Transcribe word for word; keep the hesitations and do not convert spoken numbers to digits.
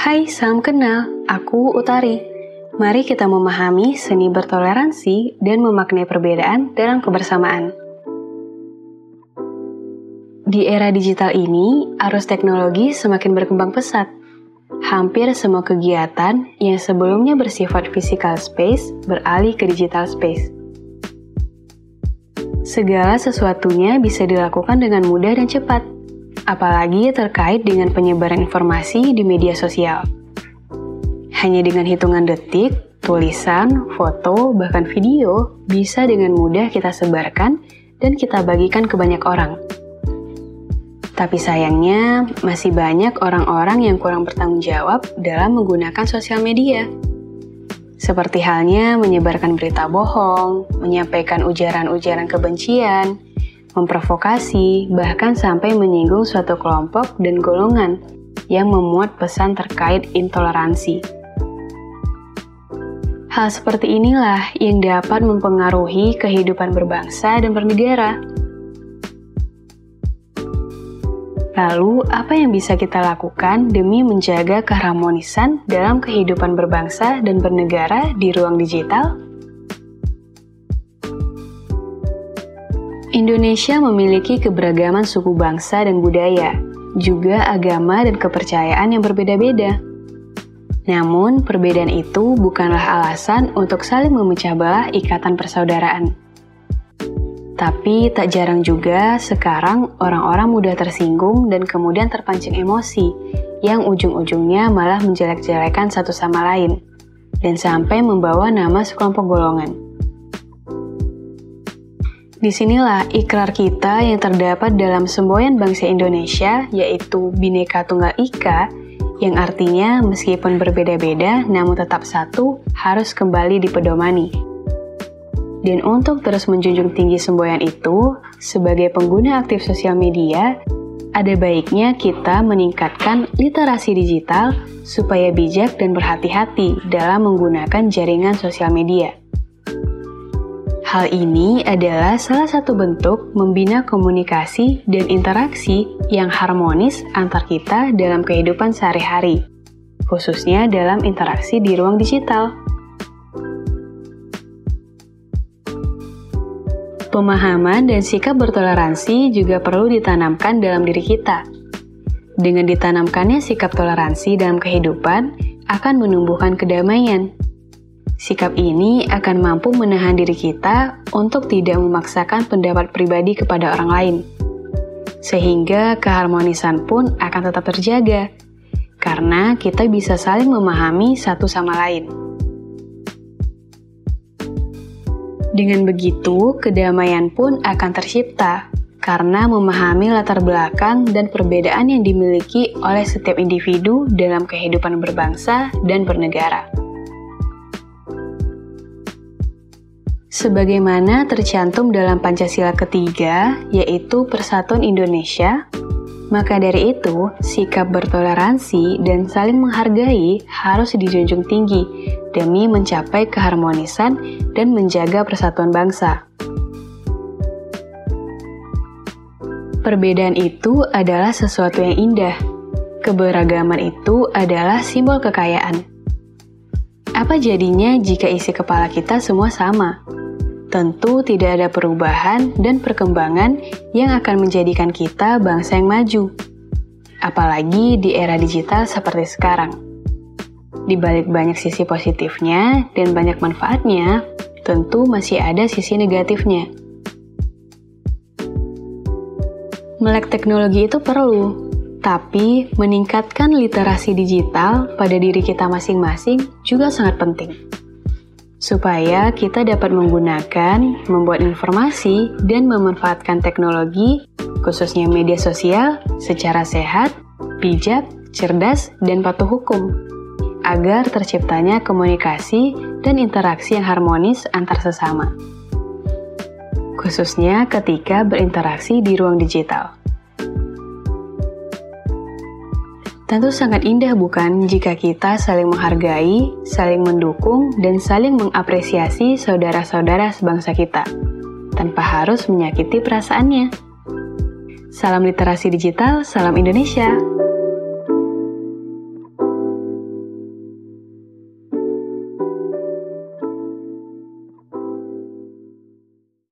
Hai, salam kenal. Aku Utari. Mari kita memahami seni bertoleransi dan memaknai perbedaan dalam kebersamaan. Di era digital ini, arus teknologi semakin berkembang pesat. Hampir semua kegiatan yang sebelumnya bersifat physical space beralih ke digital space. Segala sesuatunya bisa dilakukan dengan mudah dan cepat, apalagi terkait dengan penyebaran informasi di media sosial. Hanya dengan hitungan detik, tulisan, foto, bahkan video bisa dengan mudah kita sebarkan dan kita bagikan ke banyak orang. Tapi sayangnya, masih banyak orang-orang yang kurang bertanggung jawab dalam menggunakan sosial media. Seperti halnya menyebarkan berita bohong, menyampaikan ujaran-ujaran kebencian, memprovokasi, bahkan sampai menyinggung suatu kelompok dan golongan yang memuat pesan terkait intoleransi. Hal seperti inilah yang dapat mempengaruhi kehidupan berbangsa dan bernegara. Lalu, apa yang bisa kita lakukan demi menjaga keharmonisan dalam kehidupan berbangsa dan bernegara di ruang digital? Indonesia memiliki keberagaman suku bangsa dan budaya, juga agama dan kepercayaan yang berbeda-beda. Namun, perbedaan itu bukanlah alasan untuk saling memecah belah ikatan persaudaraan. Tapi tak jarang juga sekarang orang-orang mudah tersinggung dan kemudian terpancing emosi, yang ujung-ujungnya malah menjelek-jelekan satu sama lain, dan sampai membawa nama sekelompok golongan. Disinilah ikrar kita yang terdapat dalam semboyan bangsa Indonesia, yaitu Bhinneka Tunggal Ika, yang artinya meskipun berbeda-beda namun tetap satu, harus kembali dipedomani. Dan untuk terus menjunjung tinggi semboyan itu, sebagai pengguna aktif sosial media, ada baiknya kita meningkatkan literasi digital supaya bijak dan berhati-hati dalam menggunakan jaringan sosial media. Hal ini adalah salah satu bentuk membina komunikasi dan interaksi yang harmonis antar kita dalam kehidupan sehari-hari, khususnya dalam interaksi di ruang digital. Pemahaman dan sikap bertoleransi juga perlu ditanamkan dalam diri kita. Dengan ditanamkannya sikap toleransi dalam kehidupan, akan menumbuhkan kedamaian. Sikap ini akan mampu menahan diri kita untuk tidak memaksakan pendapat pribadi kepada orang lain. Sehingga keharmonisan pun akan tetap terjaga, karena kita bisa saling memahami satu sama lain. Dengan begitu, kedamaian pun akan tercipta, karena memahami latar belakang dan perbedaan yang dimiliki oleh setiap individu dalam kehidupan berbangsa dan bernegara. Sebagaimana tercantum dalam Pancasila ketiga, yaitu Persatuan Indonesia, maka dari itu, sikap bertoleransi dan saling menghargai harus dijunjung tinggi demi mencapai keharmonisan dan menjaga persatuan bangsa. Perbedaan itu adalah sesuatu yang indah. Keberagaman itu adalah simbol kekayaan. Apa jadinya jika isi kepala kita semua sama? Tentu tidak ada perubahan dan perkembangan yang akan menjadikan kita bangsa yang maju. Apalagi di era digital seperti sekarang. Di balik banyak sisi positifnya dan banyak manfaatnya, tentu masih ada sisi negatifnya. Melek teknologi itu perlu, tapi meningkatkan literasi digital pada diri kita masing-masing juga sangat penting. Supaya kita dapat menggunakan, membuat informasi, dan memanfaatkan teknologi, khususnya media sosial, secara sehat, bijak, cerdas, dan patuh hukum, agar terciptanya komunikasi dan interaksi yang harmonis antar sesama. Khususnya ketika berinteraksi di ruang digital. Tentu sangat indah bukan jika kita saling menghargai, saling mendukung, dan saling mengapresiasi saudara-saudara sebangsa kita, tanpa harus menyakiti perasaannya. Salam literasi digital, salam Indonesia!